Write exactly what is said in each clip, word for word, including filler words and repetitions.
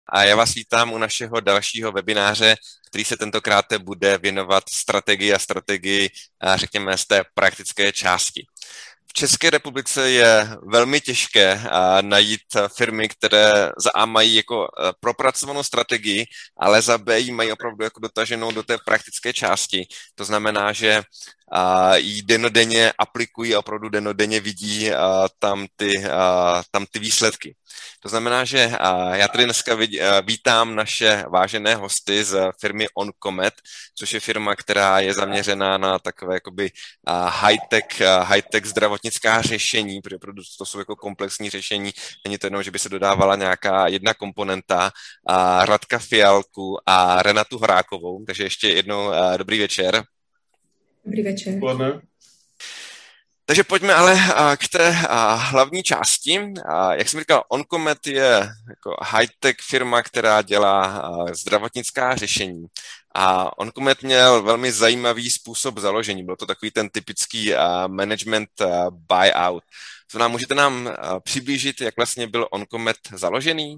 A já vás vítám u našeho dalšího webináře, který se tentokrát bude věnovat strategii a strategii, řekněme, z té praktické části. V České republice je velmi těžké najít firmy, které za A mají jako propracovanou strategii, ale za B ji mají opravdu jako dotaženou do té praktické části. To znamená, že ji dennodenně aplikují a opravdu dennodenně vidí tam ty, tam ty výsledky. To znamená, že já tady dneska vítám naše vážené hosty z firmy OnComet, což je firma, která je zaměřená na takové jakoby high-tech, high-tech zdravotnická řešení, protože to jsou jako komplexní řešení, není to jenom, že by se dodávala nějaká jedna komponenta. Radka Fialku a Renatu Horákovou, takže ještě jednou dobrý večer. Dobrý večer. Podne. Takže pojďme ale k té hlavní části. Jak jsem říkal, OnComet je jako high-tech firma, která dělá zdravotnická řešení. A OnComet měl velmi zajímavý způsob založení. Byl to takový ten typický management buyout. To nám můžete nám přiblížit, jak vlastně byl OnComet založený?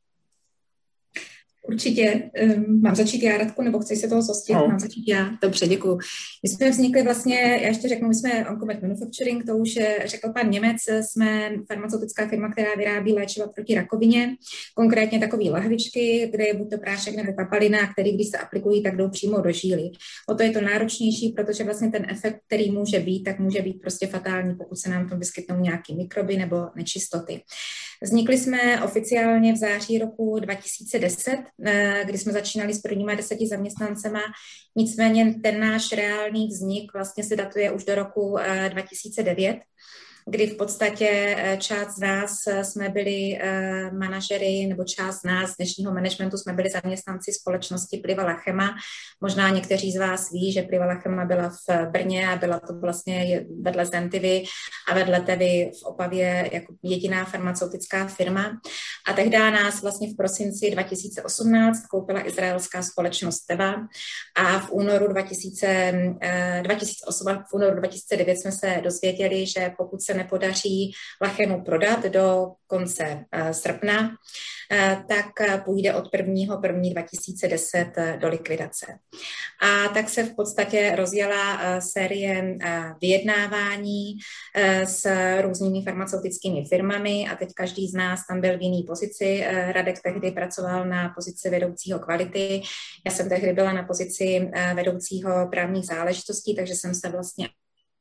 Určitě. Um, mám začít já, Radku, nebo chceš se toho zhostit? No. Mám začít já. Dobře, děkuju. My jsme vznikli vlastně, já ještě řeknu, my jsme OnComet Manufacturing, to už řekl pan Němec, jsme farmaceutická firma, která vyrábí léčiva proti rakovině, konkrétně takové lahvičky, kde je buď to prášek nebo kapalina, který když se aplikují, tak jdou přímo do žíly. O to je to náročnější, protože vlastně ten efekt, který může být, tak může být prostě fatální, pokud se nám tam vyskytnou nějaké mikroby nebo nečistoty. Vznikli jsme oficiálně v září roku dva tisíce deset, kdy jsme začínali s prvníma deseti zaměstnancema, nicméně ten náš reálný vznik vlastně se datuje už do roku dva tisíce devět, kdy v podstatě část z nás jsme byli manažery, nebo část z nás z dnešního managementu jsme byli zaměstnanci společnosti Plivala Chema. Možná někteří z vás ví, že Plivala Chema byla v Brně a byla to vlastně vedle Zentivy a vedle Tevy v Opavě jako jediná farmaceutická firma. A tehdy nás vlastně v prosinci dva tisíce osmnáct koupila izraelská společnost Teva a v únoru dva tisíce osm, v únoru dva tisíce devět jsme se dozvěděli, že pokud se nepodaří Lachemu prodat do konce uh, srpna, uh, tak půjde od prvního prvního dva tisíce deset uh, do likvidace. A tak se v podstatě rozjela uh, série uh, vyjednávání uh, s různými farmaceutickými firmami a teď každý z nás tam byl v jiný pozici. Uh, Radek tehdy pracoval na pozici vedoucího kvality, já jsem tehdy byla na pozici uh, vedoucího právních záležitostí, takže jsem se vlastně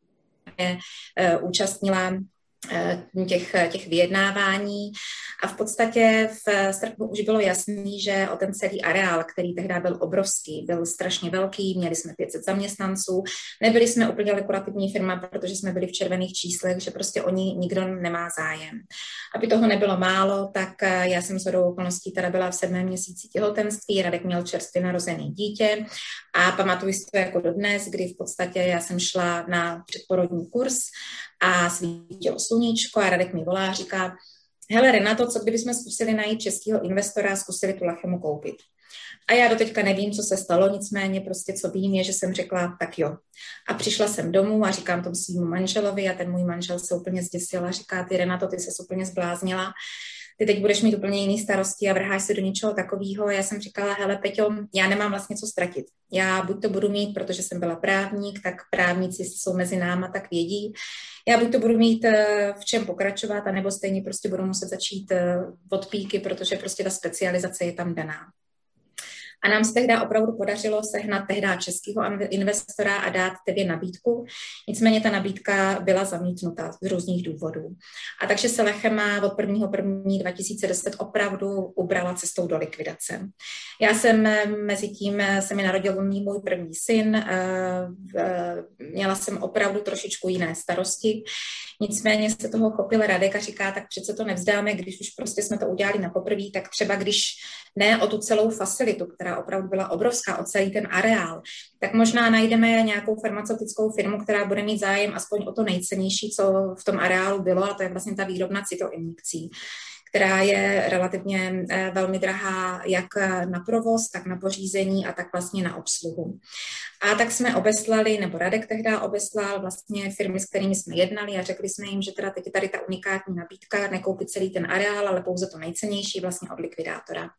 účastnila těch, těch vyjednávání a v podstatě v srpnu už bylo jasný, že o ten celý areál, který tehdy byl obrovský, byl strašně velký, měli jsme pět set zaměstnanců, nebyli jsme úplně lukrativní firma, protože jsme byli v červených číslech, že prostě o ní nikdo nemá zájem. Aby toho nebylo málo, tak já jsem shodou okolností teda byla v sedmém měsíci těhotenství, Radek měl čerstvě narozený dítě a pamatuju si to jako dodnes, kdy v podstatě já jsem šla na předporodní kurz a svítilo sluníčko a Radek mi volá a říká: hele Renato, co kdybychom zkusili najít českého investora a zkusili tu Lachemu koupit. A já doteďka nevím, co se stalo, nicméně prostě co vím je, že jsem řekla tak jo. A přišla jsem domů a říkám tomu svýmu manželovi a ten můj manžel se úplně zděsil a říká: ty Renato, ty ses úplně zbláznila, ty teď budeš mít úplně jiný starosti a vrháš se do něčeho takového. Já jsem říkala: hele Peťo, já nemám vlastně co ztratit. Já buď to budu mít, protože jsem byla právník, tak právníci jsou mezi náma, tak vědí. Já buď to budu mít v čem pokračovat, anebo stejně prostě budu muset začít od píky, protože prostě ta specializace je tam daná. A nám se tehdy opravdu podařilo sehnat tehdy českého investora a dát Tevě nabídku. Nicméně ta nabídka byla zamítnuta z různých důvodů. A takže se Lachema od prvního prvního dva tisíce deset opravdu ubrala cestou do likvidace. Já jsem mezi tím, se mi narodil můj první syn, měla jsem opravdu trošičku jiné starosti. Nicméně se toho chopil Radek a říká: tak přece to nevzdáme, když už prostě jsme to udělali na poprvé, tak třeba když ne o tu celou facilitu, která opravdu byla obrovská, o celý ten areál, tak možná najdeme nějakou farmaceutickou firmu, která bude mít zájem aspoň o to nejcennější, co v tom areálu bylo, a to je vlastně ta výrobna cytoinjekcí, která je relativně velmi drahá jak na provoz, tak na pořízení a tak vlastně na obsluhu. A tak jsme obeslali, nebo Radek tehdy obeslal vlastně firmy, s kterými jsme jednali a řekli jsme jim, že teda teď je tady ta unikátní nabídka, nekoupit celý ten areál, ale pouze to nejcennější vlastně od likvidátora.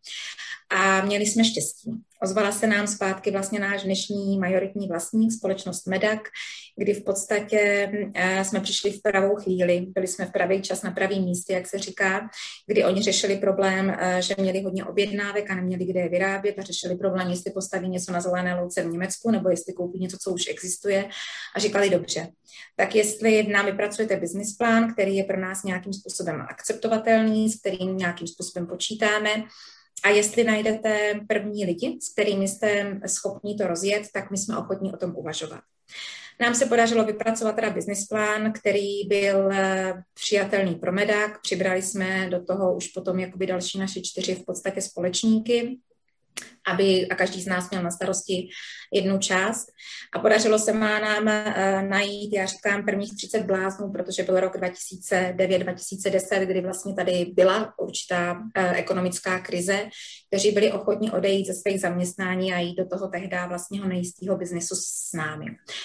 A měli jsme štěstí. Ozvala se nám zpátky vlastně náš dnešní majoritní vlastník, společnost Medak, kdy v podstatě jsme přišli v pravou chvíli, byli jsme v pravý čas na pravém místě, jak se říká, kdy oni řešili problém, že měli hodně objednávek a neměli kde je vyrábět a řešili problém, jestli postaví něco na zelené louce v Německu nebo jestli koupí něco, co už existuje a říkali dobře. Tak jestli v námi pracujete business plán, který je pro nás nějakým způsobem akceptovatelný, s kterým nějakým způsobem počítáme, a jestli najdete první lidi, s kterými jste schopni to rozjet, tak my jsme ochotní o tom uvažovat. Nám se podařilo vypracovat teda business plán, který byl přijatelný pro Medak. Přibrali jsme do toho už potom jakoby další naši čtyři v podstatě společníky, aby a každý z nás měl na starosti jednu část. A podařilo se má nám uh, najít, já říkám, prvních třicet bláznů, protože byl rok dva tisíce devět dva tisíce deset, kdy vlastně tady byla určitá uh, ekonomická krize, kteří byli ochotní odejít ze svých zaměstnání a jít do toho tehdy vlastního nejistého biznesu s námi.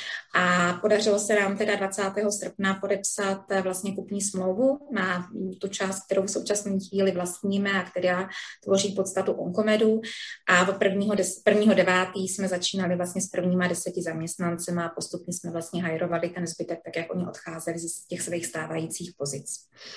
A podařilo se nám teda dvacátého srpna podepsat vlastně kupní smlouvu na tu část, kterou v současné chvíli vlastníme a která tvoří podstatu Oncomedu. A od prvního devátého jsme začínali vlastně s prvníma deseti zaměstnancemi a postupně jsme vlastně hajrovali ten zbytek, tak jak oni odcházeli z těch svých stávajících pozic.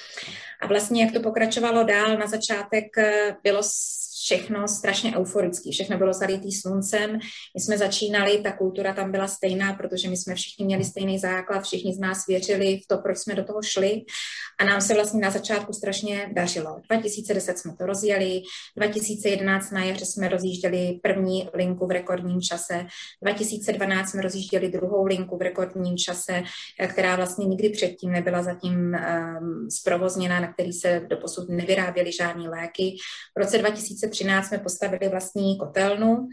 A vlastně jak to pokračovalo dál, na začátek bylo všechno strašně euforický, všechno bylo zalitý sluncem. My jsme začínali, ta kultura tam byla stejná, protože my jsme všichni měli stejný základ, všichni z nás věřili v to, proč jsme do toho šli a nám se vlastně na začátku strašně dařilo. dva tisíce deset jsme to rozjeli, dva tisíce jedenáct na jaře jsme rozjížděli první linku v rekordním čase, dva tisíce dvanáct jsme rozjížděli druhou linku v rekordním čase, která vlastně nikdy předtím nebyla zatím um, zprovozněna, na který se doposud nevyráběly žádné léky. V roce dva tisíce třináct jsme postavili vlastní kotelnu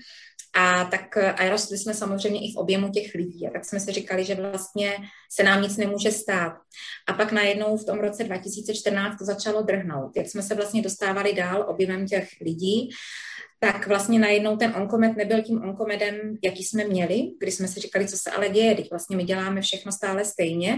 a tak a rostli jsme samozřejmě i v objemu těch lidí. A tak jsme si říkali, že vlastně se nám nic nemůže stát. A pak najednou v tom roce dva tisíce čtrnáct to začalo drhnout. Jak jsme se vlastně dostávali dál objemem těch lidí, tak vlastně najednou ten Oncomed nebyl tím Oncomedem, jaký jsme měli, když jsme si říkali, co se ale děje, když vlastně my děláme všechno stále stejně.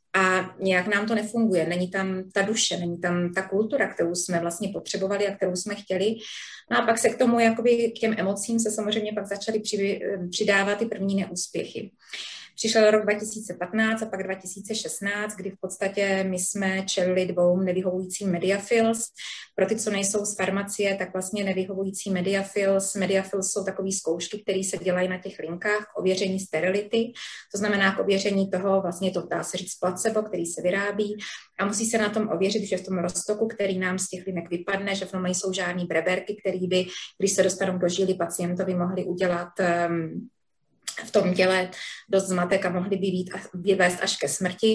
A nějak nám to nefunguje, není tam ta duše, není tam ta kultura, kterou jsme vlastně potřebovali a kterou jsme chtěli. No a pak se k tomu, jakoby k těm emocím se samozřejmě pak začaly přidávat ty první neúspěchy. Přišel rok dva tisíce patnáct a pak dva tisíce šestnáct, kdy v podstatě my jsme čelili dvou nevyhovujícím Mediafills. Pro ty, co nejsou z farmacie, tak vlastně nevyhovující Mediafills. Mediafills jsou takové zkoušky, které se dělají na těch linkách k ověření sterility. To znamená k ověření toho, vlastně to dá se říct placebo, který se vyrábí. A musí se na tom ověřit, že v tom roztoku, který nám z těch linek vypadne, že v tom nejsou žádný breberky, které by, když se dostanou do žíly pacientovi, mohli udělat um, v tom těle dost zmatek a mohli by být, vyvést až ke smrti.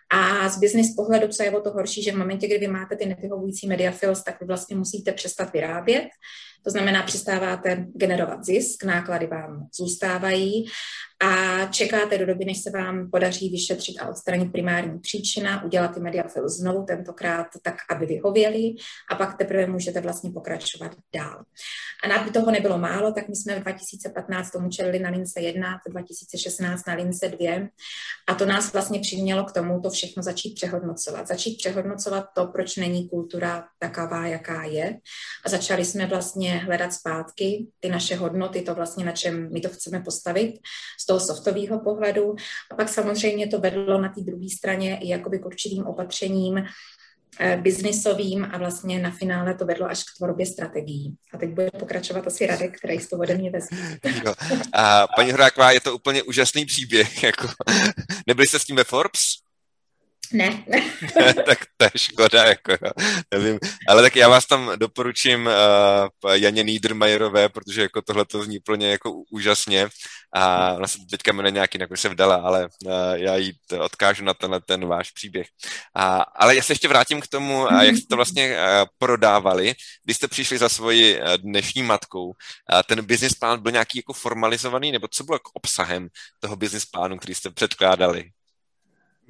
A z business pohledu, co je o to horší, že v momentě, kdy vy máte ty nevyhovující Mediafills, tak vy vlastně musíte přestat vyrábět. To znamená, přestáváte generovat zisk, náklady vám zůstávají a čekáte do doby, než se vám podaří vyšetřit a odstranit primární příčina, udělat ty Mediafills znovu, tentokrát tak, aby vyhověly a pak teprve můžete vlastně pokračovat dál. A aby toho nebylo málo, tak my jsme v dva tisíce patnáct tomu čelili na lince jedna, v dva tisíce šestnáct na lince dvě a to nás vlastně přimělo k tomu to všechno začít přehodnocovat. Začít přehodnocovat to, proč není kultura taková, jaká je a začali jsme vlastně hledat zpátky ty naše hodnoty, to vlastně, na čem my to chceme postavit z toho softového pohledu. A pak samozřejmě to vedlo na té druhé straně i jakoby k určitým opatřením eh, biznisovým a vlastně na finále to vedlo až k tvorbě strategií. A teď bude pokračovat asi Radek, který z toho ode mě vezme. A paní Horáková, je to úplně úžasný příběh. Jako. Nebyli jste s tím ve Forbes? Ne. Tak to je škoda, jako jo. Nevím. Ale tak já vás tam doporučím uh, Janě Niedermayerové, protože jako tohle to zní plně jako úžasně a ona se teďka jmenuje nějaký, jako se vdala, ale uh, já jí odkážu na tenhle ten váš příběh. A, ale já se ještě vrátím k tomu, uh, jak jste to vlastně uh, prodávali, když jste přišli za svoji uh, dnešní matkou. Uh, ten business plán byl nějaký jako formalizovaný, nebo co bylo jako obsahem toho business plánu, který jste předkládali?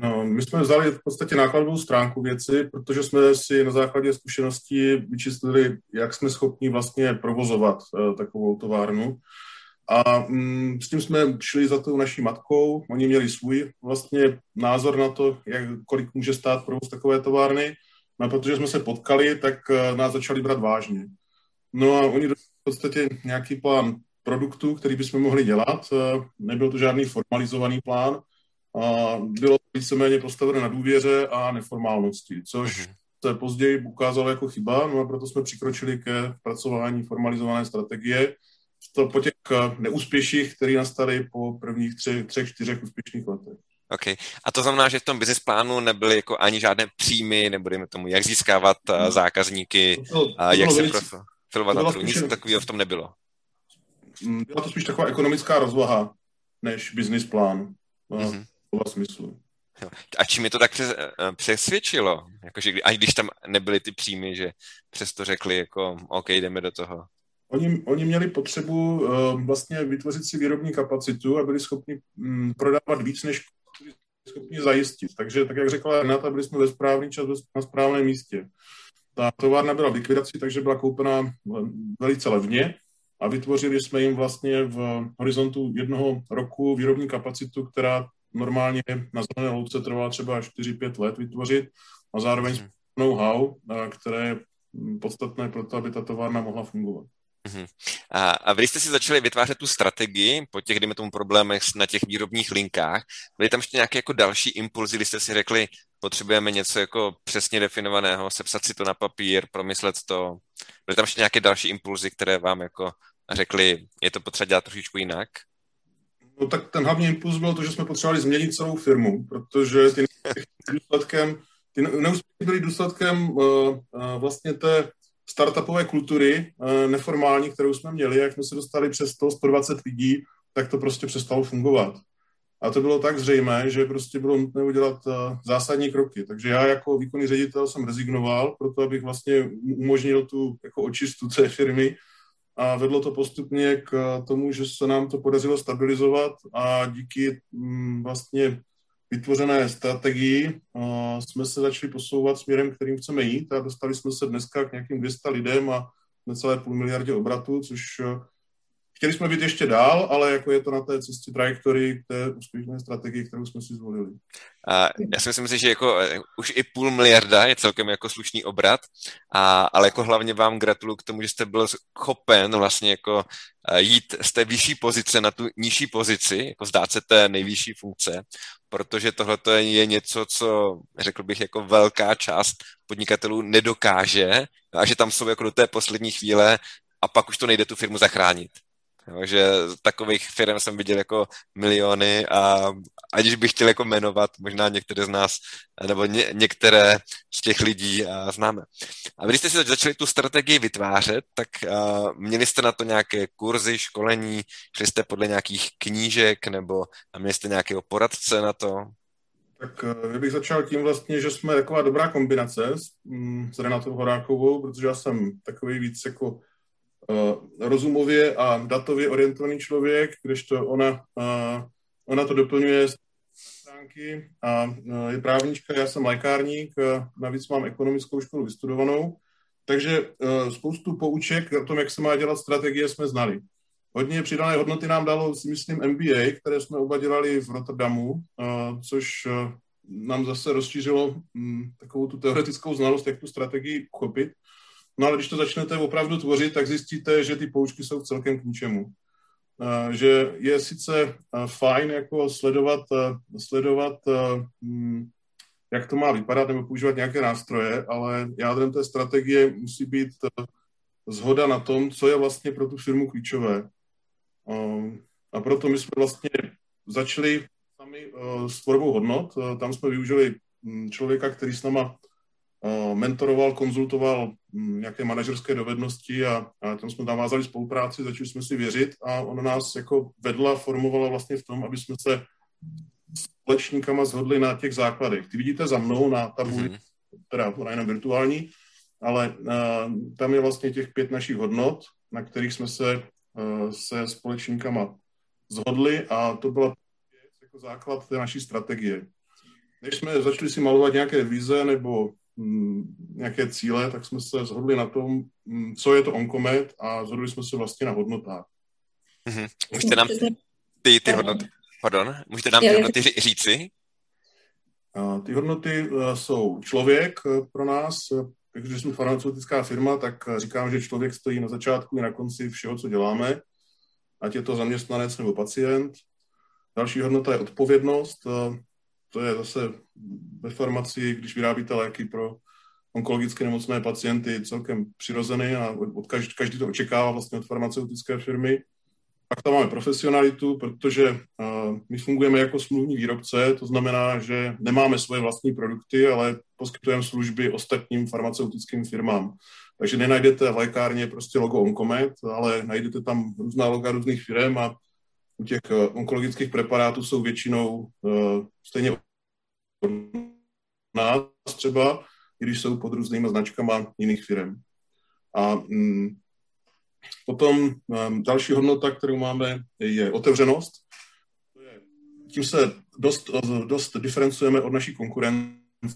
No, my jsme vzali v podstatě nákladovou stránku věci, protože jsme si na základě zkušeností vyčistili, jak jsme schopni vlastně provozovat uh, takovou továrnu. A mm, s tím jsme šli za tou naší matkou, oni měli svůj vlastně názor na to, jak, kolik může stát provoz takové továrny. No a protože jsme se potkali, tak uh, nás začali brát vážně. No a oni dostali v podstatě nějaký plán produktů, který bychom mohli dělat. Uh, nebyl to žádný formalizovaný plán, a bylo víceméně postavené na důvěře a neformálnosti, což se později ukázalo jako chyba, no a proto jsme přikročili ke zpracování formalizované strategie to po těch neúspěších, které nastaly po prvních třech, třech, čtyřech úspěšných letech. OK. A to znamená, že v tom business plánu nebyly jako ani žádné příjmy, nebo dejme tomu, jak získávat no. zákazníky, to bylo, to jak se profilovat na trhu, nic takového v tom nebylo. Byla to spíš taková ekonomická rozvaha, než business plán. Mm-hmm. Smyslu. A čím mi to tak přes, přesvědčilo? Jakože, ani když tam nebyly ty příjmy, že přesto řekli, jako, OK, jdeme do toho. Oni, oni měli potřebu uh, vlastně vytvořit si výrobní kapacitu a byli schopni um, prodávat víc, než byli schopni zajistit. Takže, tak jak řekla Renata, byli jsme ve správný čas na správném místě. Ta továrna byla v likvidaci, takže byla koupena velice levně a vytvořili jsme jim vlastně v horizontu jednoho roku výrobní kapacitu, která normálně na zelené louce trvá třeba čtyři pět let vytvořit a zároveň mm. know-how, které je podstatné pro to, aby ta továrna mohla fungovat. Mm. A, a vy jste si začali vytvářet tu strategii po těch, dejme tomu, problémech na těch výrobních linkách. Byly tam ještě nějaké jako další impulzy, kdy jste si řekli, potřebujeme něco jako přesně definovaného, sepsat si to na papír, promyslet to. Byly tam ještě nějaké další impulzy, které vám jako řekli, je to potřeba dělat trošičku jinak? No tak ten hlavní impuls byl to, že jsme potřebovali změnit celou firmu, protože ty důsledkem, ty neúspěchy byly důsledkem uh, uh, vlastně té startupové kultury uh, neformální, kterou jsme měli. Jak jsme se dostali přes sto, sto dvacet lidí, tak to prostě přestalo fungovat. A to bylo tak zřejmé, že prostě bylo nutné udělat uh, zásadní kroky. Takže já jako výkonný ředitel jsem rezignoval, proto abych vlastně umožnil tu jako očistu té firmy. A vedlo to postupně k tomu, že se nám to podařilo stabilizovat a díky m, vlastně vytvořené strategii a jsme se začali posouvat směrem, kterým chceme jít a dostali jsme se dneska k nějakým dvě stě lidem a necelé půl miliardě obratů, což chtěli jsme být ještě dál, ale jako je to na té cestě trajektorii k té úspěšné strategii, kterou jsme si zvolili. A já si myslím, že jako už i půl miliarda je celkem jako slušný obrat, a, ale jako hlavně vám gratuluju k tomu, že jste byl schopen vlastně jako jít z té vyšší pozice na tu nižší pozici, jako zdát se té nejvyšší funkce, protože tohle je něco, co řekl bych jako velká část podnikatelů nedokáže a že tam jsou jako do té poslední chvíle a pak už to nejde tu firmu zachránit. Jo, že takových firm jsem viděl jako miliony a aniž bych chtěl jako jmenovat, možná některé z nás, nebo ně, některé z těch lidí a známe. A když jste si začali tu strategii vytvářet, tak a, měli jste na to nějaké kurzy, školení, šli jste podle nějakých knížek, nebo a měli jste nějakého poradce na to? Tak já bych začal tím vlastně, že jsme taková dobrá kombinace s, s Renatou Horákovou, protože já jsem takový víc jako Uh, rozumově a datově orientovaný člověk, kdežto ona, uh, ona to doplňuje z stránky a uh, je právnička, já jsem lékárník, uh, navíc mám ekonomickou školu vystudovanou, takže uh, spoustu pouček o tom, jak se má dělat strategie, jsme znali. Hodně přidané hodnoty nám dalo, si myslím, M B A, které jsme oba dělali v Rotterdamu, uh, což uh, nám zase rozšířilo um, takovou tu teoretickou znalost, jak tu strategii uchopit. No ale když to začnete opravdu tvořit, tak zjistíte, že ty poučky jsou celkem k ničemu. Uh, že je sice uh, fajn jako sledovat, uh, sledovat uh, um, jak to má vypadat, nebo používat nějaké nástroje, ale jádrem té strategie musí být uh, shoda na tom, co je vlastně pro tu firmu klíčové. Uh, a proto my jsme vlastně začali sami uh, s tvorbou hodnot. Uh, tam jsme využili um, člověka, který s náma mentoroval, konzultoval nějaké manažerské dovednosti a, a tam jsme navázali spolupráci, začali jsme si věřit a ona nás jako vedla, formovala vlastně v tom, aby jsme se společníkama shodli na těch základech. Ty vidíte za mnou na tabuli, mm-hmm. teda ona je jenom virtuální, ale uh, tam je vlastně těch pět našich hodnot, na kterých jsme se, uh, se společníkama shodli a to byla jako základ té naší strategie. než jsme začali si malovat nějaké vize nebo hm, nějaké cíle, tak jsme se shodli na tom, hm, co je to Oncomed a shodli jsme se vlastně na hodnotách. Mm-hmm. Můžete nám ty, ty hodnoty, pardon, můžete nám ty hodnoty říci? Ty hodnoty jsou člověk pro nás, takže jsme farmaceutická firma, tak říkám, že člověk stojí na začátku i na konci všeho, co děláme, ať je to zaměstnanec nebo pacient. Další hodnota je odpovědnost. To je zase ve farmacii, když vyrábíte léky pro onkologicky nemocné pacienty, celkem přirozený a od každý, každý to očekává vlastně od farmaceutické firmy. Pak tam máme profesionalitu, protože uh, my fungujeme jako smluvní výrobce, to znamená, že nemáme svoje vlastní produkty, ale poskytujeme služby ostatním farmaceutickým firmám. Takže nenajdete v lékárně prostě logo Oncomed, ale najdete tam různá loga různých firm a u těch uh, onkologických preparátů jsou většinou uh, stejně od nás třeba, i když jsou pod různýma značkama jiných firm. A mm, Potom um, další hodnota, kterou máme, je otevřenost. Tím se dost, dost diferencujeme od naší konkurence,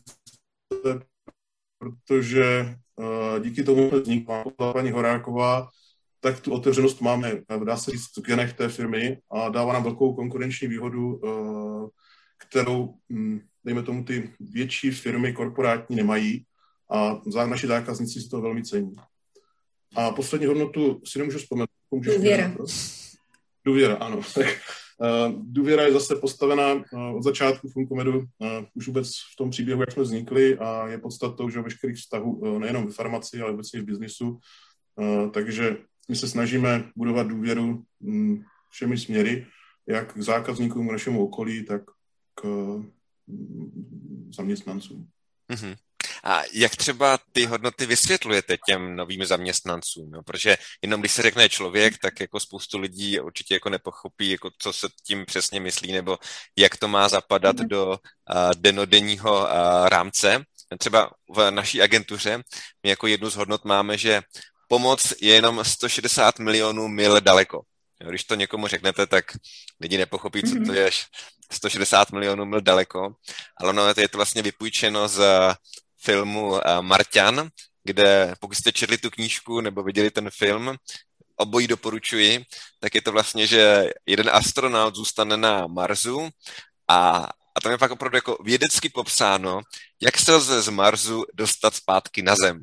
protože uh, díky tomu vznikla paní Horáková, tak tu otevřenost máme, dá se říct, v genech té firmy a dává nám velkou konkurenční výhodu, uh, kterou, um, dejme tomu, ty větší firmy korporátní nemají a naši zákazníci si to velmi cení. A poslední hodnotu si nemůžu vzpomenout. Důvěra. Důvěra, ano. Uh, důvěra je zase postavená uh, od začátku v Oncomedu, uh, už vůbec v tom příběhu, jak jsme vznikli a je podstatou, že veškerých vztahů uh, nejenom v farmacii, ale obecně v biznisu. Uh, takže my se snažíme budovat důvěru um, všemi směry, jak k zákazníkům, k našemu okolí, tak k uh, zaměstnancům. Mm-hmm. A jak třeba ty hodnoty vysvětlujete těm novým zaměstnancům? No, protože jenom když se řekne člověk, tak jako spoustu lidí určitě jako nepochopí, jako co se tím přesně myslí, nebo jak to má zapadat do uh, denodenního uh, rámce. Třeba v naší agentuře my jako jednu z hodnot máme, že pomoc je jenom sto šedesát milionů mil daleko. Jo, když to někomu řeknete, tak lidi nepochopí, co to je sto šedesát milionů mil daleko, ale ono je to vlastně vypůjčeno z filmu Marťan, kde pokud jste četli tu knížku nebo viděli ten film, obojí doporučuji, tak je to vlastně, že jeden astronaut zůstane na Marsu a, a tam je pak opravdu jako vědecky popsáno, jak se lze z Marsu dostat zpátky na Zem.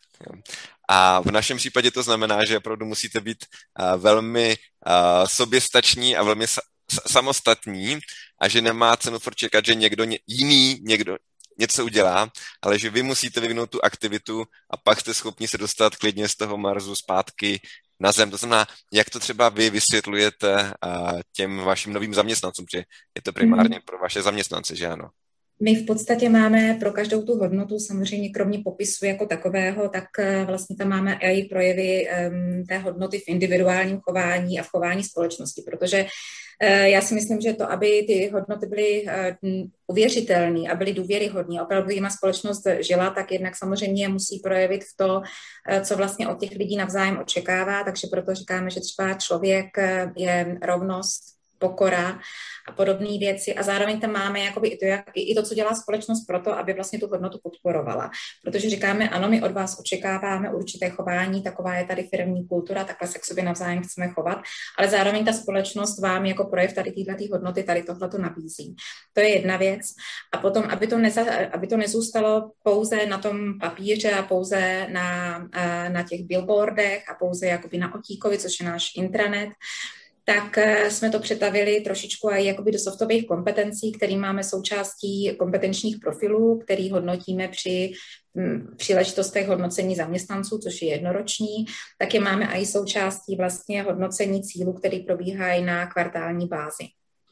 A v našem případě to znamená, že opravdu musíte být uh, velmi uh, soběstační a velmi sa- samostatní a že nemá cenu furt čekat, že někdo ně- jiný někdo něco udělá, ale že vy musíte vyvinout tu aktivitu a pak jste schopni se dostat klidně z toho Marsu zpátky na Zem. To znamená, jak to třeba vy vysvětlujete uh, těm vašim novým zaměstnancům, že je to primárně pro vaše zaměstnance, že ano? My v podstatě máme pro každou tu hodnotu, samozřejmě kromě popisu jako takového, tak vlastně tam máme i projevy um, té hodnoty v individuálním chování a v chování společnosti, protože uh, já si myslím, že to, aby ty hodnoty byly uh, uvěřitelné a byly důvěryhodné, opravdu jima společnost žila, tak jednak samozřejmě musí projevit v to, uh, co vlastně od těch lidí navzájem očekává, takže proto říkáme, že třeba člověk uh, je rovnost, pokora a podobné věci a zároveň tam máme jakoby i to, jak, i to, co dělá společnost pro to, aby vlastně tu hodnotu podporovala. Protože říkáme, ano, my od vás očekáváme určité chování, taková je tady firemní kultura, takhle se k sobě navzájem chceme chovat, ale zároveň ta společnost vám jako projev tady této hodnoty tady tohleto nabízí. To je jedna věc. A potom, aby to, neza, aby to nezůstalo pouze na tom papíře a pouze na, na těch billboardech a pouze jakoby na Otíkovi, což je náš intranet, tak jsme to přetavili trošičku i jakoby do softových kompetencí, který máme součástí kompetenčních profilů, který hodnotíme při příležitostech hodnocení zaměstnanců, což je jednoroční. Taky máme i součástí vlastně hodnocení cílů, který probíhají na kvartální bázi.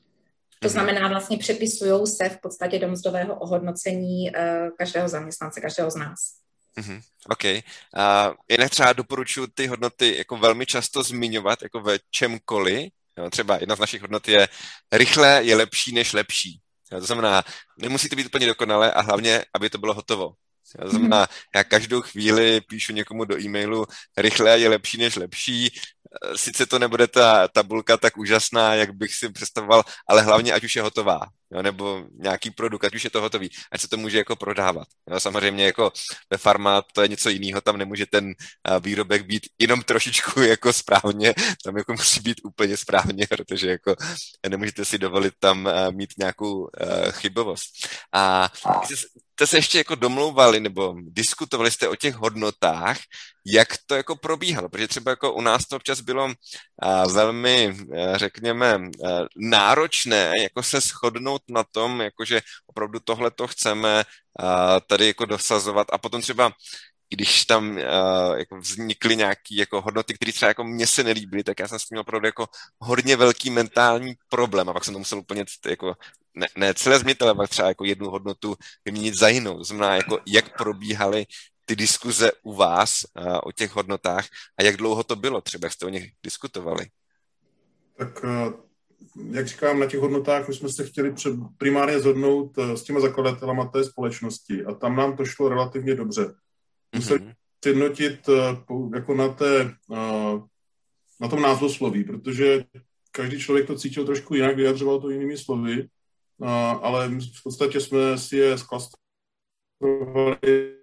To znamená, vlastně přepisují se v podstatě do mzdového ohodnocení každého zaměstnance, každého z nás. Mm-hmm. OK. Uh, jinak třeba doporučuji ty hodnoty jako velmi často zmiňovat jako ve čemkoliv. Jo, třeba jedna z našich hodnot je rychle je lepší než lepší. Jo, to znamená, nemusí to být úplně dokonalé a hlavně, aby to bylo hotovo. Jo, to znamená, já každou chvíli píšu někomu do e-mailu rychle je lepší než lepší, sice to nebude ta tabulka tak úžasná, jak bych si představoval, ale hlavně, ať už je hotová, jo, nebo nějaký produkt, ať už je to hotový, ať se to může jako prodávat. Jo, samozřejmě jako ve farma to je něco jiného, tam nemůže ten výrobek být jenom trošičku jako správně, tam jako musí být úplně správně, protože jako nemůžete si dovolit tam mít nějakou chybovost. A jste se ještě jako domlouvali nebo diskutovali jste o těch hodnotách, jak to jako probíhalo, protože třeba jako u nás to občas bylo uh, velmi, uh, řekněme, uh, náročné jako se shodnout na tom, jakože opravdu tohle to chceme uh, tady jako dosazovat a potom třeba když tam uh, jako vznikly nějaké jako hodnoty, které třeba jako mně se nelíbily, tak já jsem s tím měl opravdu jako hodně velký mentální problém a pak jsem to musel úplně jako ne, ne celé změnit, ale pak třeba jako jednu hodnotu vyměnit za jinou. To znamená, jako jak probíhaly ty diskuze u vás uh, o těch hodnotách a jak dlouho to bylo třeba, jak jste o nich diskutovali? Tak uh, jak říkám, na těch hodnotách my jsme se chtěli primárně zhodnout uh, s těma zakladatelama té společnosti a tam nám to šlo relativně dobře. Museli mm-hmm. sjednotit uh, jako na, té, uh, na tom názvosloví, protože každý člověk to cítil trošku jinak, vyjadřoval to jinými slovy, uh, ale v podstatě jsme si je zklastrovali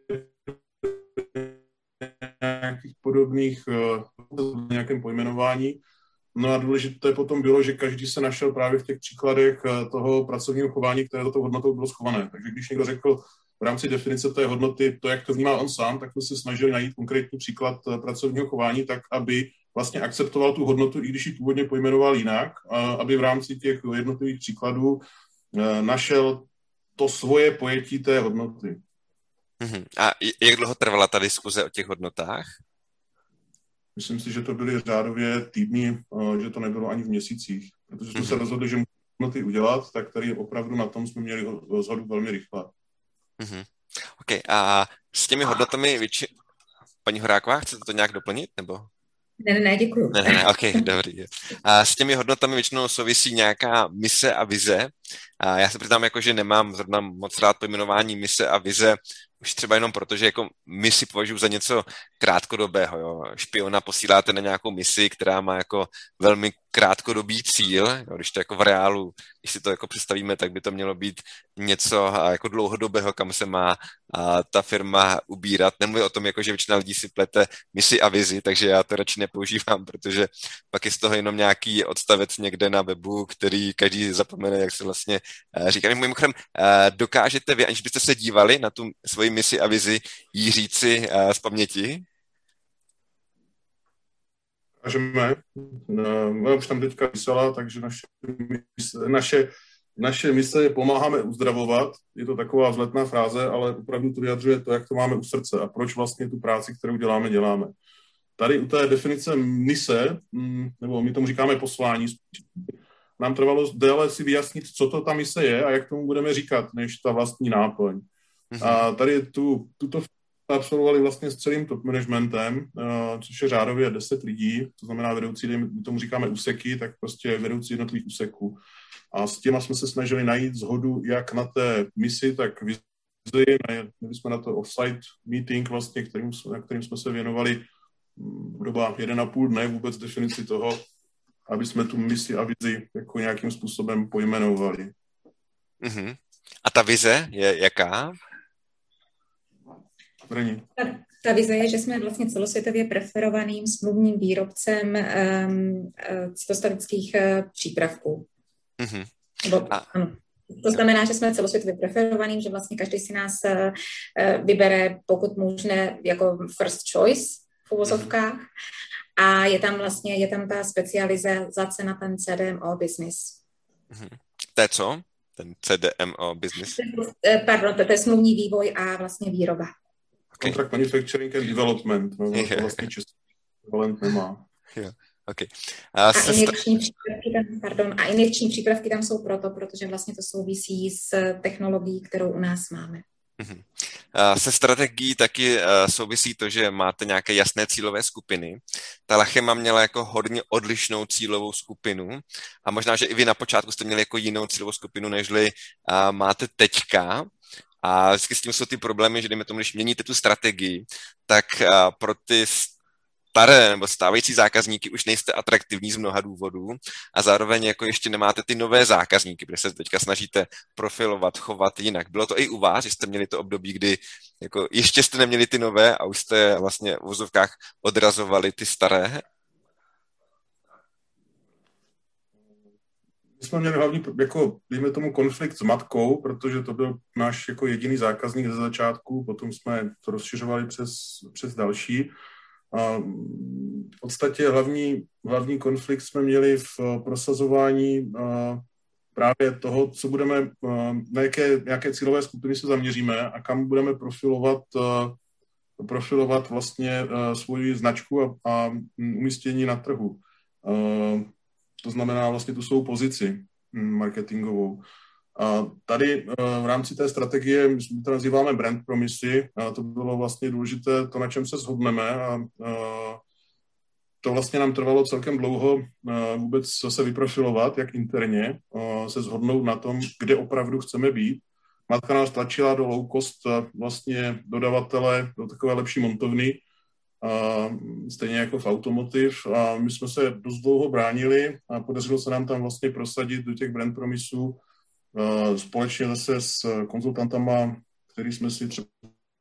nějakých podobných uh, nějakém pojmenování. No a důležité potom bylo, že každý se našel právě v těch příkladech uh, toho pracovního chování, které za tou hodnotou bylo schované. Takže když někdo řekl v rámci definice té hodnoty to, jak to vnímá on sám, tak jsme se snažili najít konkrétní příklad uh, pracovního chování tak, aby vlastně akceptoval tu hodnotu, i když ji původně pojmenoval jinak, uh, aby v rámci těch jednotlivých příkladů uh, našel to svoje pojetí té hodnoty. Uhum. A jak dlouho trvala ta diskuze o těch hodnotách? Myslím si, že to byly řádově týdny, že to nebylo ani v měsících, protože jsme uhum. se rozhodli, že musíme hodnoty udělat, tak tady opravdu na tom jsme měli shodu velmi rychle. Uhum. OK, a s těmi hodnotami, větši... paní Horáková, chcete to nějak doplnit, nebo? Ne, ne, ne, děkuju. Ne, ne, OK, dobrý. A s těmi hodnotami většinou souvisí nějaká mise a vize. A já se přiznám, jako, že nemám zrovna moc rád pojmenování mise a vize, už třeba jenom proto, že jako misi považuji za něco krátkodobého. Jo. Špiona posíláte na nějakou misi, která má jako velmi krátkodobý cíl. Jo. Když to jako v reálu, když si to jako představíme, tak by to mělo být něco jako dlouhodobého, kam se má a, ta firma ubírat. Nemluvím o tom, jako, že většina lidí si plete misi a vizi, takže já to radši nepoužívám, protože pak je z toho jenom nějaký odstavec někde na webu, který každý zapomene, jak se vlastně uh, říká. Mimochodem, uh, dokážete vy, aniž byste se dívali na tu svoji misi a vizi, jí říci uh, z paměti? Dokážeme. No, už tam teďka písala, takže naše, naše, naše mise je pomáháme uzdravovat. Je to taková vzletná fráze, ale opravdu to vyjadřuje to, jak to máme u srdce a proč vlastně tu práci, kterou děláme, děláme. Tady u té definice mise, nebo my tomu říkáme poslání, nám trvalo déle si vyjasnit, co to ta mise je a jak tomu budeme říkat, než ta vlastní náplň. Mm-hmm. A tady tu, tuto absolvovali vlastně s celým top managementem, uh, což je řádově deset lidí, to znamená vedoucí, my tomu říkáme úseky, tak prostě vedoucí jednotlivých úseků. A s těma jsme se snažili najít shodu jak na té misi, tak vizi. Měli jsme na to off-site meeting, vlastně, kterým, na kterým jsme se věnovali doba jeden a půl dne vůbec definici toho, aby jsme tu misi a vizi jako nějakým způsobem pojmenovali. Uh-huh. A ta vize je jaká? Ta, ta vize je, že jsme vlastně celosvětově preferovaným smluvním výrobcem um, cytostavických uh, přípravků. Uh-huh. Nebo, a... ano. To znamená, že jsme celosvětově preferovaným, že vlastně každý si nás uh, vybere, pokud možné, jako first choice v uvozovkách. Uh-huh. A je tam vlastně, je tam ta specializace na ten C D M O business. Uh-huh. To je co? Ten C D M O business? Pardon, to je smluvní vývoj a vlastně výroba. Okay. Contract manufacturing and development. No, yeah. To vlastně český ekvivalent nemá. Yeah. Okay. A, a, injekční přípravky tam, pardon, a injekční přípravky tam jsou proto, protože vlastně to souvisí s technologií, kterou u nás máme. Uh-huh. Se strategií taky souvisí to, že máte nějaké jasné cílové skupiny. Ta Lachema měla jako hodně odlišnou cílovou skupinu a možná, že i vy na počátku jste měli jako jinou cílovou skupinu, nežli máte teďka. A vždycky s tím jsou ty problémy, že dejme tomu, když měníte tu strategii, tak pro ty staré nebo stávající zákazníky už nejste atraktivní z mnoha důvodů a zároveň jako ještě nemáte ty nové zákazníky, protože se teďka snažíte profilovat, chovat jinak. Bylo to i u vás, že jste měli to období, kdy jako ještě jste neměli ty nové a už jste vlastně v vozovkách odrazovali ty staré? My jsme měli hlavní, jako, dejme tomu, konflikt s matkou, protože to byl náš jako jediný zákazník ze začátku, potom jsme to rozšiřovali přes, přes další. A v podstatě hlavní, hlavní konflikt jsme měli v prosazování právě toho, co budeme, na jaké, jaké cílové skupiny se zaměříme a kam budeme profilovat, profilovat vlastně svoji značku a, a umístění na trhu. To znamená vlastně tu svou pozici marketingovou. A tady v rámci té strategie, my to nazýváme brand promisy, a to bylo vlastně důležité, to, na čem se shodneme, a, a to vlastně nám trvalo celkem dlouho vůbec se vyprofilovat, jak interně, se shodnout na tom, kde opravdu chceme být. Matka nás tlačila do low cost vlastně dodavatele, do takové lepší montovny, a stejně jako v automotiv, a my jsme se dost dlouho bránili a podařilo se nám tam vlastně prosadit do těch brand promisů společně zase s konzultantama, který jsme si třeba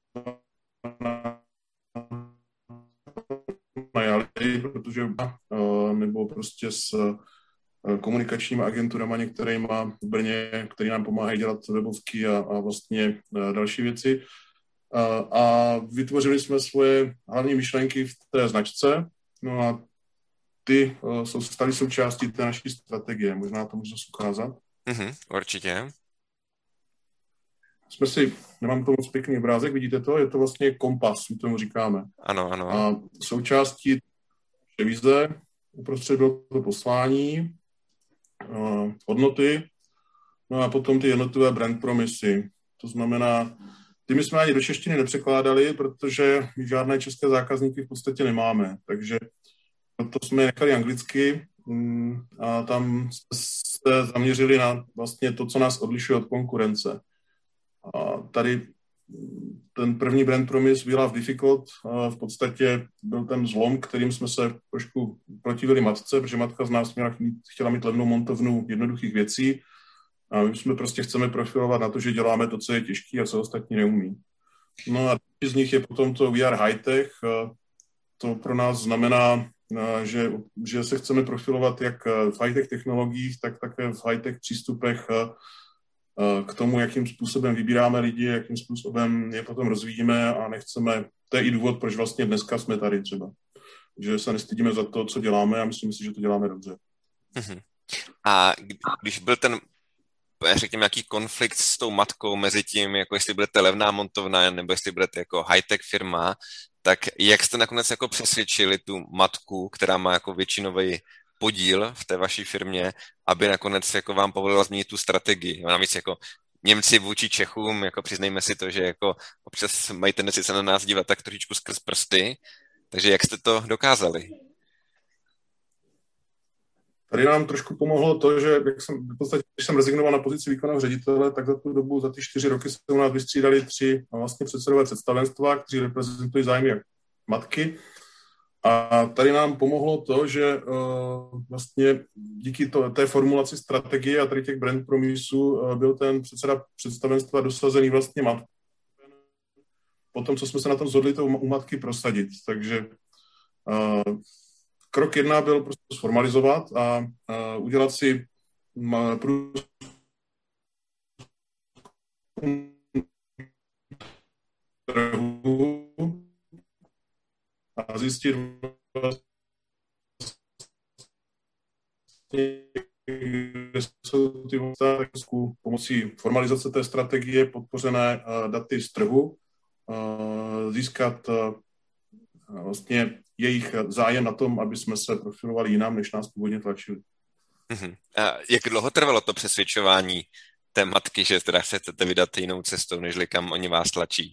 najali, protože nebo prostě s komunikačními agenturama některýma v Brně, který nám pomáhají dělat webovky a, a vlastně další věci. A, a vytvořili jsme svoje hlavní myšlenky v té značce, no a ty jsou staly součástí té naší strategie. Možná to můžu ukázat. Mm-hmm, určitě. Jsme si, nemám to moc pěkný obrázek, vidíte to? Je to vlastně kompas, my tomu říkáme. Ano, ano. A součástí vize, uprostřed bylo to poslání, hodnoty, no a potom ty jednotlivé brand promisy. To znamená, ty my jsme ani do češtiny nepřekládali, protože my žádné české zákazníky v podstatě nemáme, takže to jsme nechali anglicky a tam se zaměřili na vlastně to, co nás odlišuje od konkurence. A tady ten první brand promise We Love Difficult v podstatě byl ten zlom, kterým jsme se trošku protivili matce, protože matka z nás měla, chtěla mít levnou montovnu jednoduchých věcí a my jsme prostě chceme profilovat na to, že děláme to, co je těžké a co ostatní neumí. No a z nich je potom to We Are High Tech. To pro nás znamená, že, že se chceme profilovat jak v high-tech technologiích, tak také v high-tech přístupech k tomu, jakým způsobem vybíráme lidi, jakým způsobem je potom rozvíjíme a nechceme, to je i důvod, proč vlastně dneska jsme tady třeba. Že se nestydíme za to, co děláme a myslím si, že to děláme dobře. Uh-huh. A když byl ten, řekněme, nějaký konflikt s tou matkou mezi tím, jako jestli budete levná montovna nebo jestli budete jako high-tech firma, tak jak jste nakonec jako přesvědčili tu matku, která má jako většinový podíl v té vaší firmě, aby nakonec jako vám povolila změnit tu strategii. Navíc jako Němci vůči Čechům, jako přiznejme si to, že jako občas mají tendenci se na nás dívat tak trošičku skrz prsty, takže jak jste to dokázali? Tady nám trošku pomohlo to, že jak jsem, v podstatě, když jsem rezignoval na pozici výkonného ředitele, tak za tu dobu, za ty čtyři roky se u nás vystřídali tři vlastně předsedové představenstva, kteří reprezentují zájmy jak matky. A tady nám pomohlo to, že uh, vlastně díky to, té formulaci strategie a tady těch brand promisů uh, byl ten předseda představenstva dosazený vlastně matkou. Potom, co jsme se na tom zhodli, to u matky prosadit. Takže uh, krok jedna byl prostě sformalizovat a uh, udělat si uh, a zjistit kde jsou ty otázky pomocí formalizace té strategie podpořené uh, daty z trhu, uh, získat uh, vlastně jejich zájem na tom, aby jsme se profilovali jinam, než nás původně tlačili. Uh-huh. A jak dlouho trvalo to přesvědčování té matky, že teda chcete vydat jinou cestou, nežli kam oni vás tlačí?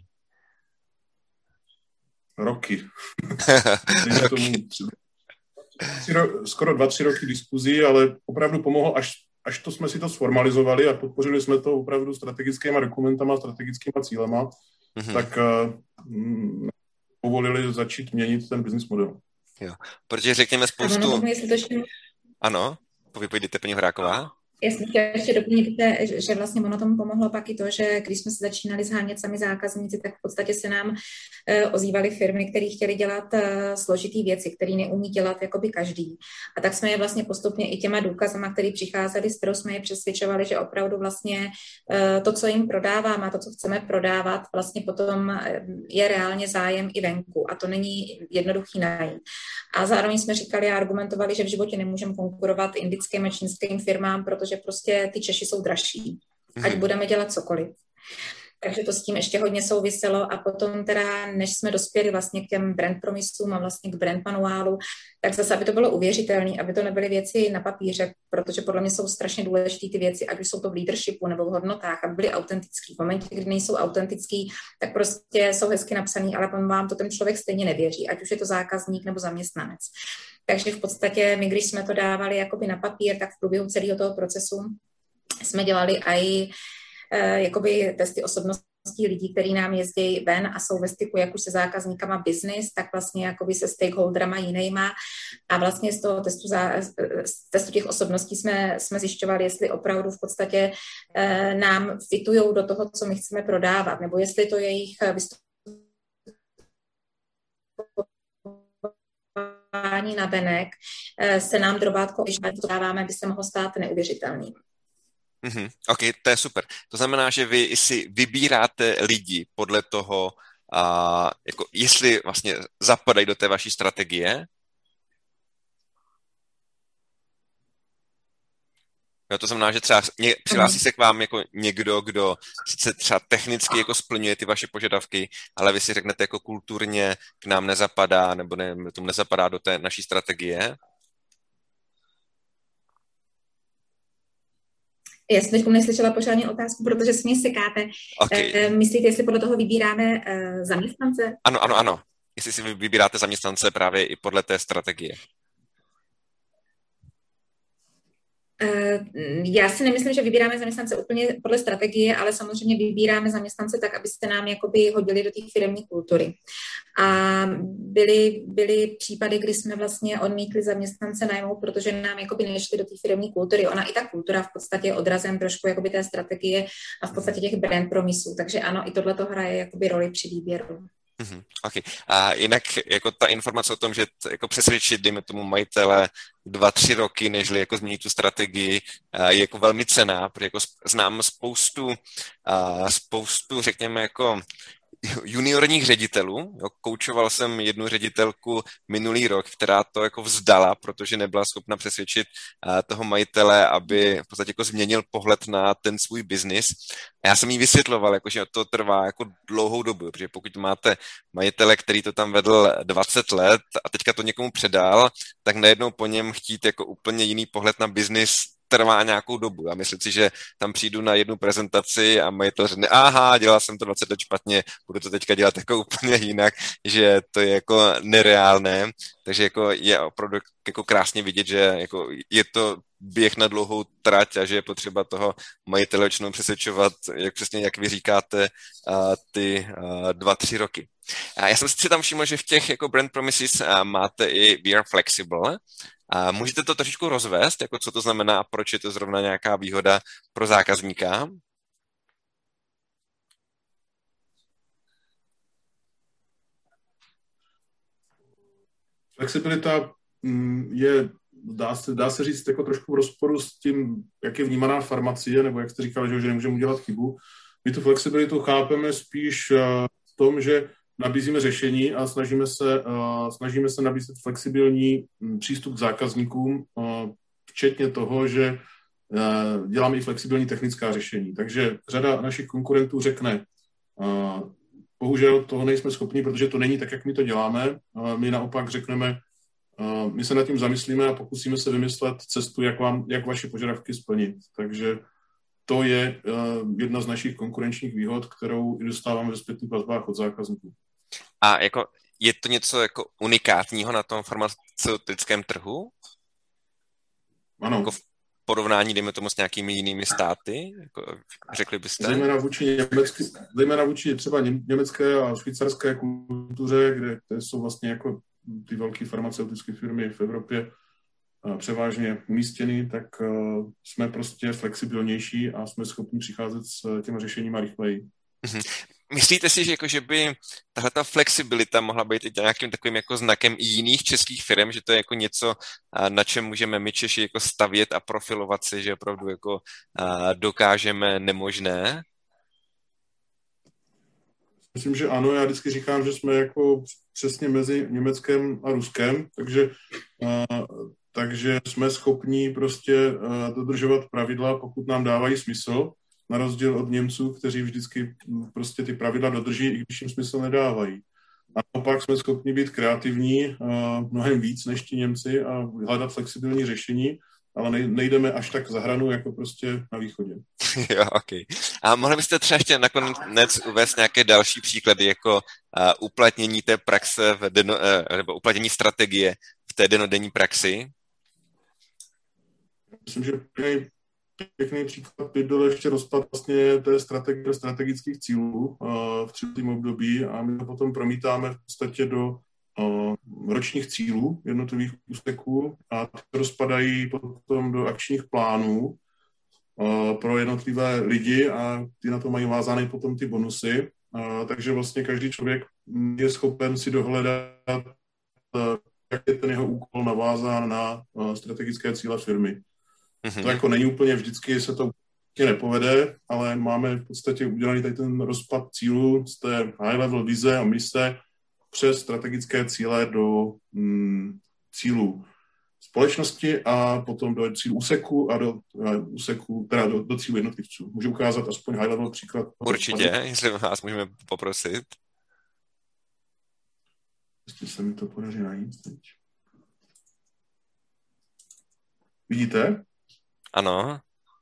Roky. Roky. Skoro dva, tři roky diskuzí, ale opravdu pomohlo, až, až to jsme si to sformalizovali a podpořili jsme to opravdu strategickýma dokumentama, strategickýma cílema, mm-hmm. tak uh, povolili začít měnit ten business model. Jo, protože řekněme spoustu... Ano, tomu, jestli to ještě... Ano, povypovídejte, paní Horáková. Já jsem chtěla ještě doplnit, že vlastně ono tomu pomohlo pak i to, že když jsme se začínali zhánět sami zákazníci, tak v podstatě se nám ozývaly firmy, které chtěly dělat složitý věci, které neumí dělat jakoby každý. A tak jsme je vlastně postupně i těma důkazama, které přicházely, s kterou jsme je přesvědčovali, že opravdu vlastně to, co jim prodáváme a to, co chceme prodávat, vlastně potom je reálně zájem i venku. A to není jednoduchý najít. A zároveň jsme říkali a argumentovali, že v životě nemůžeme konkurovat indickým a čínským firmám, protože prostě ty Češi jsou dražší, ať budeme dělat cokoliv. Takže to s tím ještě hodně souviselo a potom teda, než jsme dospěli vlastně k těm brand promisům a vlastně k brand manuálu, tak zase, aby to bylo uvěřitelné, aby to nebyly věci na papíře, protože podle mě jsou strašně důležité ty věci, ať už jsou to v leadershipu nebo v hodnotách, aby byly autentický. V momentě, kdy nejsou autentický, tak prostě jsou hezky napsaný, ale potom vám to ten člověk stejně nevěří, ať už je to zákazník nebo zaměstnanec. Takže v podstatě my, když jsme to dávali jakoby na papír, tak v průběhu celého toho procesu jsme dělali i jakoby testy osobností lidí, kteří nám jezdí ven a jsou ve styku jak už se zákazníkama business, tak vlastně jakoby se stakeholderama jinýma a vlastně z toho testu, za, z testu těch osobností jsme, jsme zjišťovali, jestli opravdu v podstatě eh, nám fitujou do toho, co my chceme prodávat, nebo jestli to jejich vystupování na venek eh, se nám drobátko, když to dáváme, by se mohlo stát neuvěřitelný. Mm-hmm. OK, to je super. To znamená, že vy si vybíráte lidi podle toho, a, jako jestli vlastně zapadají do té vaší strategie. Jo, to znamená, že třeba ně, přihlásí se k vám jako někdo, kdo sice třeba technicky jako splňuje ty vaše požadavky, ale vy si řeknete jako kulturně k nám nezapadá, nebo ne, tomu nezapadá do té naší strategie. Já jsem teď neslyšela pořádně otázku, protože se mě sekáte. Okay. Myslíte, jestli podle toho vybíráme zaměstnance? Ano, ano, ano. Jestli si vybíráte zaměstnance právě i podle té strategie. Já si nemyslím, že vybíráme zaměstnance úplně podle strategie, ale samozřejmě vybíráme zaměstnance tak, abyste nám jakoby hodili do té firemní kultury. A byly, byly případy, kdy jsme vlastně odmítli zaměstnance najmout, protože nám jakoby nešli do té firemní kultury. Ona i ta kultura v podstatě je odrazem trošku jakoby té strategie a v podstatě těch brand promisů. Takže ano, i tohle to hraje jakoby roli při výběru. Mm-hmm. Okay. A jinak jako ta informace o tom, že t, jako přesvědčit, dejme tomu majitele dva, tři roky, nežli jako změnit tu strategii, je jako velmi cenná, protože jako znám spoustu, spoustu, řekněme, jako juniorních ředitelů. Jo, koučoval jsem jednu ředitelku minulý rok, která to jako vzdala, protože nebyla schopna přesvědčit uh, toho majitele, aby v podstatě jako změnil pohled na ten svůj biznis. A já jsem jí vysvětloval, jako, že to trvá jako dlouhou dobu, protože pokud máte majitele, který to tam vedl dvacet let a teďka to někomu předal, tak najednou po něm chtít jako úplně jiný pohled na biznis trvá nějakou dobu. A myslím si, že tam přijdu na jednu prezentaci a majitel řekne, aha, dělal jsem to dvacet let špatně, budu to teďka dělat jako úplně jinak, že to je jako nereálné. Takže jako je opravdu jako krásně vidět, že jako je to běh na dlouhou trať a že je potřeba toho majitele většinou přesvědčovat, jak přesně, jak vy říkáte, ty dva, tři roky. A já jsem si tam všiml, že v těch jako brand promises máte i we are flexible. A můžete to trošičku rozvést, jako co to znamená a proč je to zrovna nějaká výhoda pro zákazníka? Flexibilita je, dá se, dá se říct, jako trošku v rozporu s tím, jak je vnímaná farmacie, nebo jak jste říkali, že nemůžeme udělat chybu. My tu flexibilitu chápeme spíš v tom, že nabízíme řešení a snažíme se, uh, snažíme se nabízet flexibilní přístup k zákazníkům, uh, včetně toho, že uh, děláme i flexibilní technická řešení. Takže řada našich konkurentů řekne, uh, bohužel toho nejsme schopni, protože to není tak, jak my to děláme. Uh, my naopak řekneme, uh, my se nad tím zamyslíme a pokusíme se vymyslet cestu, jak, vám, jak vaše požadavky splnit. Takže to je uh, jedna z našich konkurenčních výhod, kterou dostáváme ve zpětných vazbách od zákazníků. A jako je to něco jako unikátního na tom farmaceutickém trhu? Ano. Jako v porovnání, dejme tomu, s nějakými jinými státy? Jako, řekli byste? Zejména vůči, německy, zejména vůči třeba německé a švýcarské kultuře, kde, kde jsou vlastně jako ty velké farmaceutické firmy v Evropě převážně umístěny, tak jsme prostě flexibilnější a jsme schopni přicházet s těma řešeníma rychleji. Mm-hmm. Myslíte si, že, jako, že by tahleta flexibilita mohla být i nějakým takovým jako znakem i jiných českých firm, že to je jako něco, na čem můžeme my Češi jako stavět a profilovat si, že opravdu jako dokážeme nemožné? Myslím, že ano, já vždycky říkám, že jsme jako přesně mezi Německem a Ruskem, takže, takže jsme schopni prostě dodržovat pravidla, pokud nám dávají smysl, na rozdíl od Němců, kteří vždycky prostě ty pravidla dodrží, i když jim smysl nedávají. A naopak jsme schopni být kreativní mnohem víc než ti Němci a hledat flexibilní řešení, ale nejdeme až tak za hranu, jako prostě na východě. Jo, okay. A mohli byste třeba ještě nakonec uvést nějaké další příklady, jako uh, uplatnění té praxe, v deno, uh, nebo uplatnění strategie v té denodenní praxi? Myslím, že pěkný, pěkný příklad by byl ještě rozpad vlastně té strategie, strategických cílů uh, v třetím období a my to potom promítáme v podstatě do uh, ročních cílů jednotlivých úseků a ty rozpadají potom do akčních plánů pro jednotlivé lidi a ty na to mají vázány potom ty bonusy. Takže vlastně každý člověk je schopen si dohledat, jak je ten jeho úkol navázán na strategické cíle firmy. Mm-hmm. To jako není úplně vždycky, se to nepovede, ale máme v podstatě udělaný tady ten rozpad cílů z té high level vize a mise přes strategické cíle do mm, cílů společnosti a potom do cílu úseku a do uh, úseku, teda do, do cílu jednotlivců. Můžu ukázat aspoň high level příklad? Určitě, jestli vás můžeme poprosit. Jestli se mi to podaří najít teď. Vidíte? Ano.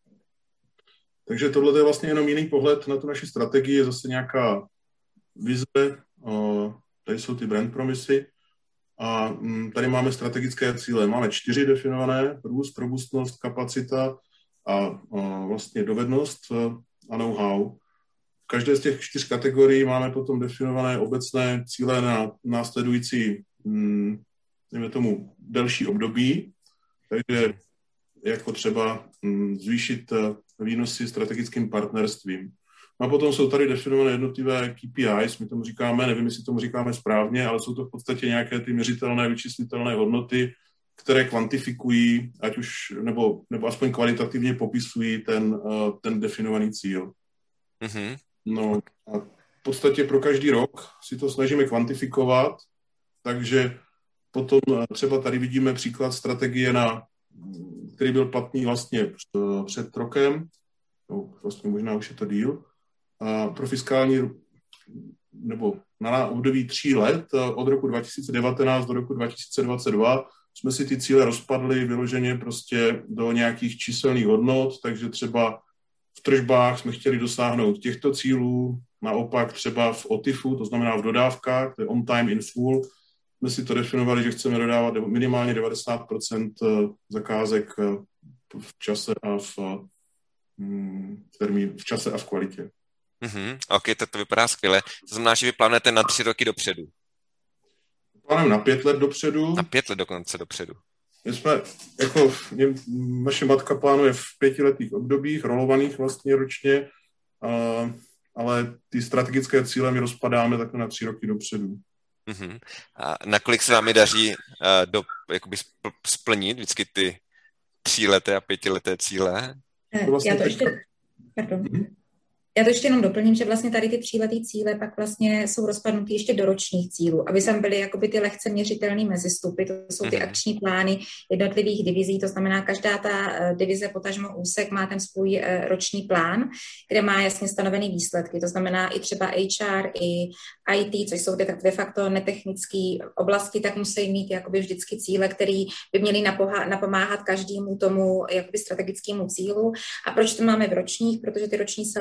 Takže tohle je vlastně jenom jiný pohled na tu naši strategii, je zase nějaká vize, uh, tady jsou ty brand promisy, a tady máme strategické cíle. Máme čtyři definované: růst, robustnost, kapacita a, a vlastně dovednost a know-how. V každé z těch čtyř kategorií máme potom definované obecné cíle na následující, hm, nevím tomu, delší období. Takže jako třeba hm, zvýšit výnosy strategickým partnerstvím. A potom jsou tady definované jednotlivé K P Is, my tomu říkáme, nevím, jestli tomu říkáme správně, ale jsou to v podstatě nějaké ty měřitelné, vyčíslitelné hodnoty, které kvantifikují, ať už, nebo, nebo aspoň kvalitativně popisují ten, ten definovaný cíl. Mm-hmm. No a v podstatě pro každý rok si to snažíme kvantifikovat, takže potom třeba tady vidíme příklad strategie, na, který byl platný vlastně před rokem, no, vlastně možná už je to díl, a pro fiskální nebo na období tří let od roku dva tisíce devatenáct do roku dva tisíce dvacet dva jsme si ty cíle rozpadli vyloženě prostě do nějakých číselných hodnot, takže třeba v tržbách jsme chtěli dosáhnout těchto cílů, naopak třeba v O T I F u, to znamená v dodávkách, to je on time in full, jsme si to definovali, že chceme dodávat minimálně devadesát procent zakázek v čase a v, v, termín, v čase a v kvalitě. Mm-hmm. OK, to, to vypadá skvěle. To znamená, že vy plánujete na tři roky dopředu. Plánujeme na pět let dopředu. Na pět let dokonce dopředu. My jsme, jako naše matka plánuje v pětiletých obdobích, rolovaných vlastně ročně, a, ale ty strategické cíle my rozpadáme takhle na tři roky dopředu. Mm-hmm. A nakolik se vám daří uh, do, jakoby splnit vždycky ty tříleté a pětileté cíle? Vlastně Já to ještě... Pardon. Mm-hmm. Já to ještě jenom doplním, že vlastně tady ty tříletý cíle pak vlastně jsou rozpadnuty ještě do ročních cílů, aby sem byly jakoby ty lehce měřitelné mezistupy, to jsou ty akční plány jednotlivých divizí, to znamená, každá ta divize, potažmo úsek má ten svůj roční plán, kde má jasně stanovený výsledky, to znamená i třeba H R, i I T, což jsou ty de facto netechnické oblasti, tak musí mít jakoby vždycky cíle, které by měly napomáhat každému tomu jakoby strategickému cílu. A proč to máme v ročních? Protože ty roční se lépe měří.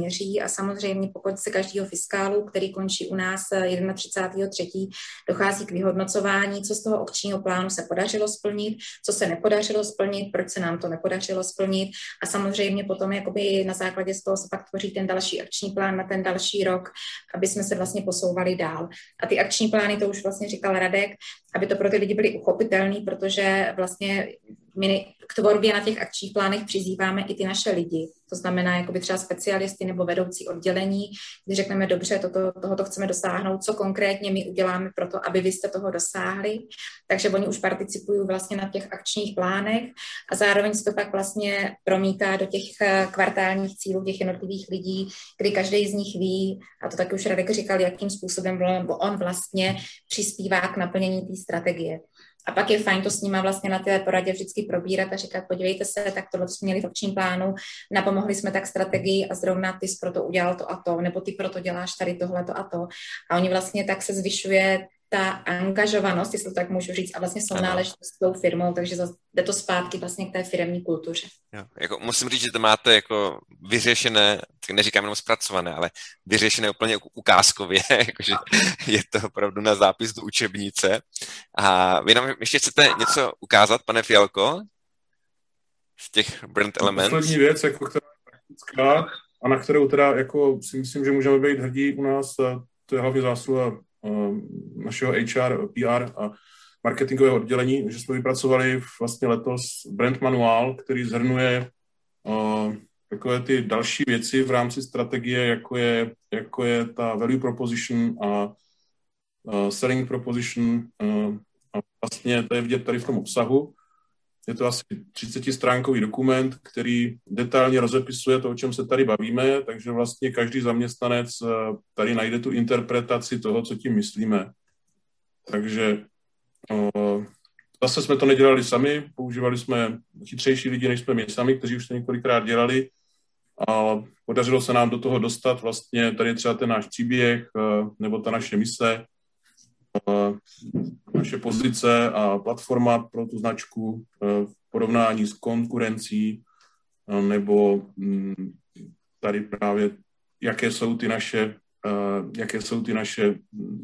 měří a samozřejmě pokud se každého fiskálu, který končí u nás třicátého třetího dochází k vyhodnocování, co z toho akčního plánu se podařilo splnit, co se nepodařilo splnit, proč se nám to nepodařilo splnit a samozřejmě potom jakoby na základě z toho se pak tvoří ten další akční plán na ten další rok, aby jsme se vlastně posouvali dál. A ty akční plány, to už vlastně říkal Radek, aby to pro ty lidi byly uchopitelný, protože vlastně my k tvorbě na těch akčních plánech přizýváme i ty naše lidi. To znamená jakoby třeba specialisty nebo vedoucí oddělení, kdy řekneme, dobře, toto, tohoto chceme dosáhnout, co konkrétně my uděláme pro to, aby vy jste toho dosáhli. Takže oni už participují vlastně na těch akčních plánech a zároveň se to pak vlastně promítá do těch kvartálních cílů těch jednotlivých lidí, kdy každý z nich ví, a to taky už Radek říkal, jakým způsobem on vlastně přispívá k naplnění té strategie. A pak je fajn to s nima vlastně na té poradě vždycky probírat a říkat, podívejte se, tak tohle jsme měli v akčním plánu, napomohli jsme tak strategii a zrovna ty jsi proto udělal to a to, nebo ty proto děláš tady tohleto a to. A oni vlastně tak se zvyšuje ta angažovanost, jestli to tak můžu říct, a vlastně jsou náležitost s tou firmou, takže jde to zpátky vlastně k té firemní kultuře. Jo, jako musím říct, že to máte jako vyřešené, neříkám jenom zpracované, ale vyřešené úplně ukázkově, jakože je to opravdu na zápis do učebnice. A vy nám ještě chcete něco ukázat, pane Fialko, z těch brand elements? Poslední věc, jako která je praktická a na kterou teda jako si myslím, že můžeme být hrdí u nás, to je hlavně zásluha našeho H R, P R a marketingového oddělení, že jsme vypracovali vlastně letos brand manuál, který shrnuje uh, takové ty další věci v rámci strategie, jako je, jako je ta value proposition a uh, selling proposition uh, a vlastně to je vidět tady v tom obsahu. Je to asi třicetistránkový dokument, který detailně rozepisuje to, o čem se tady bavíme, takže vlastně každý zaměstnanec tady najde tu interpretaci toho, co tím myslíme. Takže zase jsme to nedělali sami, používali jsme chytřejší lidi, než jsme my sami, kteří už to několikrát dělali a podařilo se nám do toho dostat vlastně tady třeba ten náš příběh nebo ta naše mise, naše pozice a platforma pro tu značku v porovnání s konkurencí, nebo tady právě, jaké jsou ty naše, jaké jsou ty naše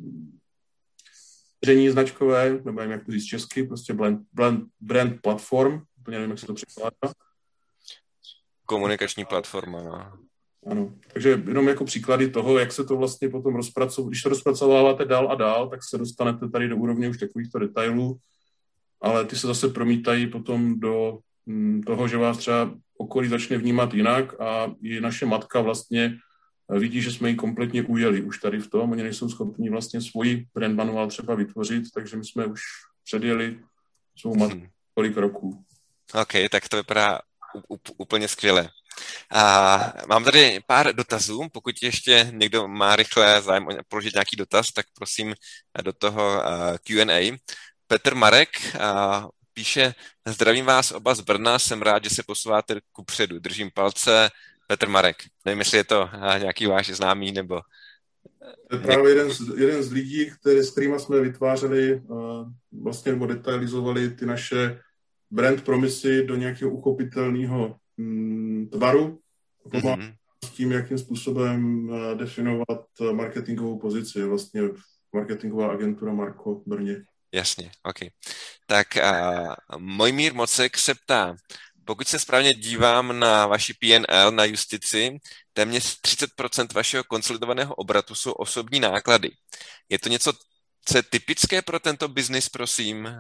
měření značkové, nebo nevím, jak to říct česky, prostě blend, blend, brand platform, úplně nevím, jak se to překládá. Komunikační platforma, no. Ano, takže jenom jako příklady toho, jak se to vlastně potom rozpracová, když to rozpracováváte dál a dál, tak se dostanete tady do úrovně už takovýchto detailů, ale ty se zase promítají potom do toho, že vás třeba okolí začne vnímat jinak a i naše matka vlastně vidí, že jsme ji kompletně ujeli už tady v tom, oni nejsou schopni vlastně svůj brand manuál třeba vytvořit, takže my jsme už předjeli svou matku kolik roků. OK, tak to vypadá úplně skvěle. A mám tady pár dotazů, pokud ještě někdo má rychle zájem položit nějaký dotaz, tak prosím do toho Q and A. Petr Marek píše, zdravím vás oba z Brna, jsem rád, že se posouváte kupředu, držím palce. Petr Marek, nevím, jestli je to nějaký váš známý, nebo... To je právě jeden z, jeden z lidí, který, s kterými jsme vytvářeli vlastně nebo detailizovali ty naše brand promisy do nějakého uchopitelného tvaru, mm-hmm. s tím, jakým způsobem definovat marketingovou pozici. Vlastně marketingová agentura Marko v Brně. Jasně, OK. Tak uh, Mojmír Mocek se ptá, pokud se správně dívám na vaši P and L na justici, téměř třicet procent vašeho konsolidovaného obratu jsou osobní náklady. Je to něco, co je typické pro tento biznis, prosím?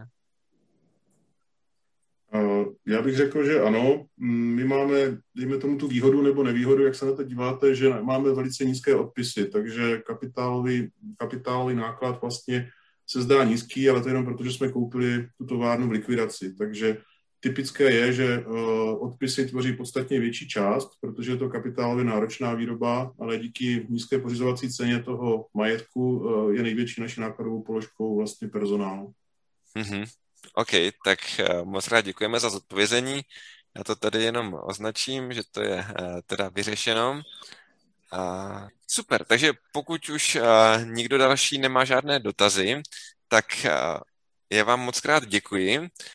Já bych řekl, že ano. My máme, dejme tomu tu výhodu nebo nevýhodu, jak se na to díváte, že máme velice nízké odpisy, takže kapitálový, kapitálový náklad vlastně se zdá nízký, ale to jenom proto, že jsme koupili tu továrnu v likvidaci. Takže typické je, že odpisy tvoří podstatně větší část, protože je to kapitálově náročná výroba, ale díky nízké pořizovací ceně toho majetku je největší naší nákladovou položkou vlastně personál. Mm-hmm. OK, tak moc rád děkujeme za zodpovězení. Já to tady jenom označím, že to je teda vyřešeno. Super, takže pokud už nikdo další nemá žádné dotazy, tak já vám moc krát děkuji.